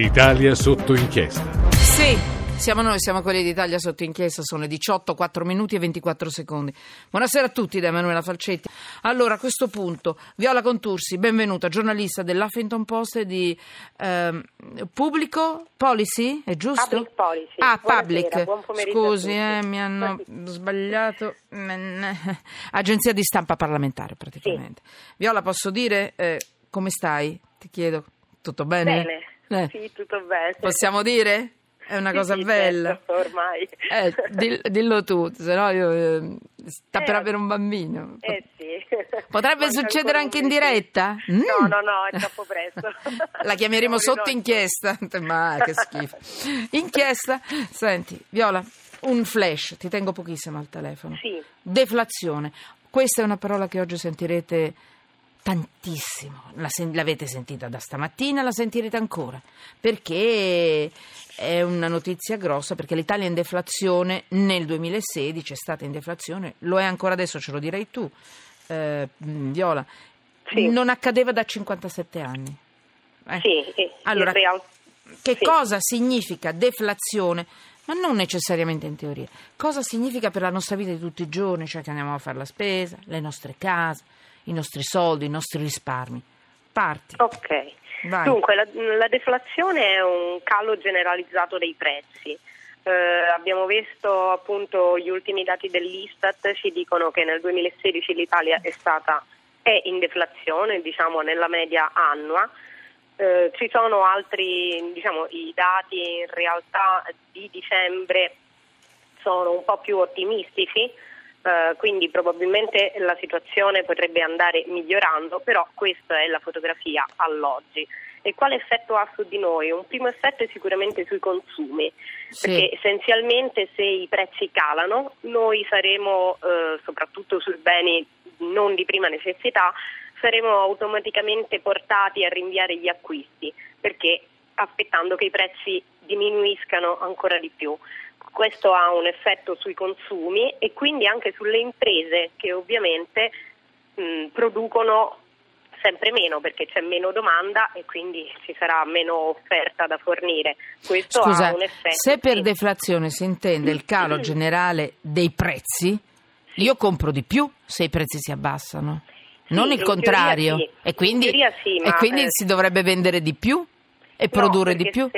Italia sotto inchiesta. Sì, siamo noi, siamo quelli d'Italia sotto inchiesta, sono le 18, 4 minuti e 24 secondi. Buonasera a tutti da Emanuela Falcetti. Allora, a questo punto, Viola Contursi, benvenuta, giornalista dell'Huffington Post e di Pubblico Policy, è giusto? Public Policy. Public. Buon pomeriggio. Scusi, mi hanno sbagliato. Agenzia di stampa parlamentare, praticamente. Sì. Viola, posso dire come stai? Ti chiedo. Tutto bene? Bene. Sì, tutto bene. Possiamo dire? È una cosa bella. Certo, ormai. Dillo tu, se no io sta per avere un bambino. Sì. Potrebbe succedere anche in diretta? No, è troppo presto. La chiameremo sotto inchiesta. Ma che schifo. Inchiesta? Senti, Viola, un flash, ti tengo pochissimo al telefono. Sì. Deflazione. Questa è una parola che oggi sentirete tantissimo, l'avete sentita da stamattina, la sentirete ancora, perché è una notizia grossa, perché l'Italia è in deflazione nel 2016, è stata in deflazione, lo è ancora adesso, ce lo direi tu, Viola. Sì. Non accadeva da 57 anni. Sì. Allora, che cosa significa deflazione? Ma non necessariamente in teoria. Cosa significa per la nostra vita di tutti i giorni, cioè che andiamo a fare la spesa, le nostre case, i nostri soldi, i nostri risparmi. Parti. Ok. Vai. Dunque, la deflazione è un calo generalizzato dei prezzi. Abbiamo visto appunto gli ultimi dati dell'Istat, ci dicono che nel 2016 l'Italia è in deflazione, diciamo nella media annua. Ci sono altri, i dati in realtà di dicembre sono un po' più ottimistici. Quindi probabilmente la situazione potrebbe andare migliorando, però questa è la fotografia all'oggi. E quale effetto ha su di noi? Un primo effetto è sicuramente sui consumi, sì. Perché essenzialmente se i prezzi calano noi saremo, soprattutto sui beni non di prima necessità, saremo automaticamente portati a rinviare gli acquisti, perché aspettando che i prezzi diminuiscano ancora di più. Questo ha un effetto sui consumi e quindi anche sulle imprese che ovviamente producono sempre meno perché c'è meno domanda e quindi ci sarà meno offerta da fornire. Questo Scusa, ha un effetto. Se per deflazione si intende il calo generale dei prezzi, io compro di più se i prezzi si abbassano, non il contrario. Sì. E quindi, si dovrebbe vendere di più e produrre di più?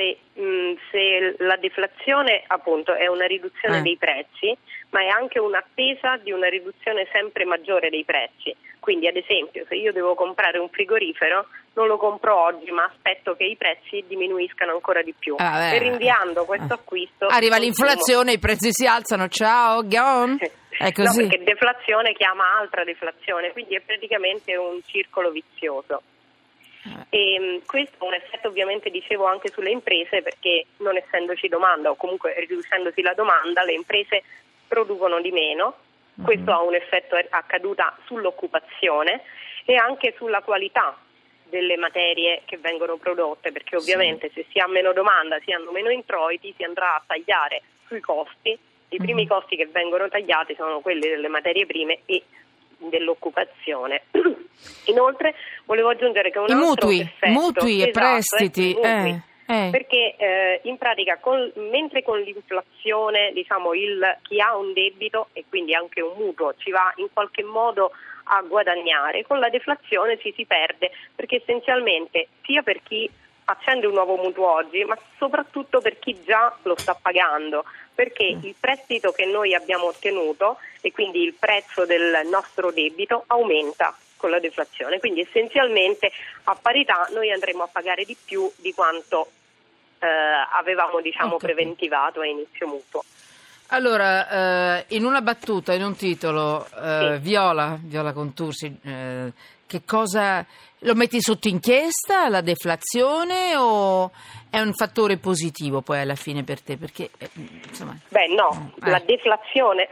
Se la deflazione appunto è una riduzione dei prezzi, ma è anche un'attesa di una riduzione sempre maggiore dei prezzi. Quindi ad esempio se io devo comprare un frigorifero non lo compro oggi ma aspetto che i prezzi diminuiscano ancora di più e rinviando questo acquisto arriva l'inflazione, i prezzi si alzano, ciao, gone. È così. No, perché deflazione chiama altra deflazione, quindi è praticamente un circolo vizioso. E questo è un effetto ovviamente dicevo anche sulle imprese perché non essendoci domanda o comunque riducendosi la domanda le imprese producono di meno, questo ha un effetto a caduta sull'occupazione e anche sulla qualità delle materie che vengono prodotte perché ovviamente se si ha meno domanda, si hanno meno introiti, si andrà a tagliare sui costi, i primi costi che vengono tagliati sono quelli delle materie prime e dell'occupazione. Inoltre volevo aggiungere che un altro effetto, mutui e prestiti, perché in pratica mentre con l'inflazione chi ha un debito e quindi anche un mutuo ci va in qualche modo a guadagnare, con la deflazione ci si perde perché essenzialmente sia per chi accende un nuovo mutuo oggi ma soprattutto per chi già lo sta pagando perché il prestito che noi abbiamo ottenuto e quindi il prezzo del nostro debito aumenta con la deflazione, quindi essenzialmente a parità noi andremo a pagare di più di quanto avevamo preventivato a inizio mutuo. Allora, in una battuta, in un titolo, sì. Viola Contursi, che cosa lo metti sotto inchiesta, la deflazione o è un fattore positivo poi alla fine per te? Perché insomma. La deflazione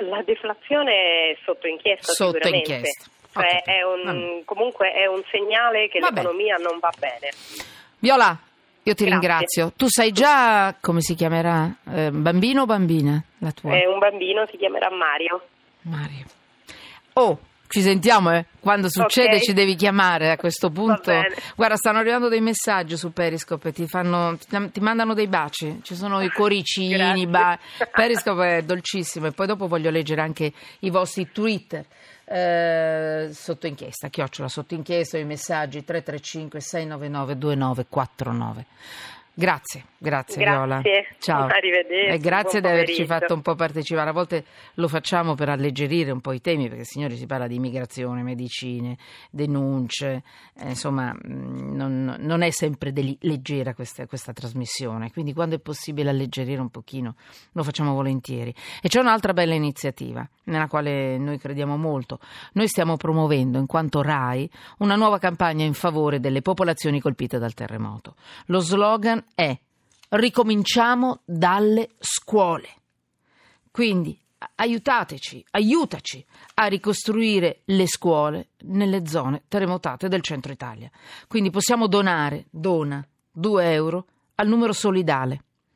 è sotto inchiesta sicuramente. Okay. Comunque è un segnale che l'economia non va bene. Viola, io ti ringrazio. Tu sai già come si chiamerà? Bambino o bambina la tua? Un bambino, si chiamerà Mario. Oh, Ci sentiamo, Quando succede Okay. ci devi chiamare a questo punto. Va bene. Guarda, stanno arrivando dei messaggi su Periscope e ti mandano dei baci. Ci sono i cuoricini, Grazie. Periscope è dolcissimo. E poi dopo voglio leggere anche i vostri Twitter. Sotto inchiesta, sotto inchiesta, i messaggi 335 699 2949. Grazie Viola. Ciao. Arrivederci. E grazie di buon averci pomeriggio. fatto un po' partecipare. A volte lo facciamo per alleggerire un po' i temi, perché signori si parla di immigrazione, medicine, denunce, insomma non è sempre leggera questa trasmissione, quindi quando è possibile alleggerire un pochino lo facciamo volentieri. E c'è un'altra bella iniziativa nella quale noi crediamo molto. Noi stiamo promuovendo, in quanto RAI, una nuova campagna in favore delle popolazioni colpite dal terremoto. Lo slogan è: ricominciamo dalle scuole. Quindi aiutaci a ricostruire le scuole nelle zone terremotate del centro Italia. Quindi possiamo dona 2 euro al numero solidale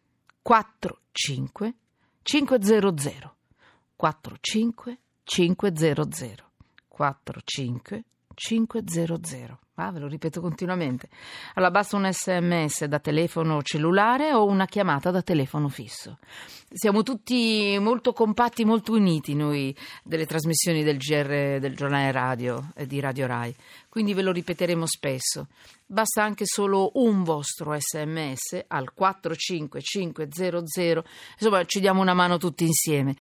45 500 45 500 45 500. Ve lo ripeto continuamente. Allora basta un SMS da telefono cellulare o una chiamata da telefono fisso. Siamo tutti molto compatti, molto uniti noi delle trasmissioni del GR, del giornale radio e di Radio Rai. Quindi ve lo ripeteremo spesso. Basta anche solo un vostro SMS al 45500. Insomma, ci diamo una mano tutti insieme.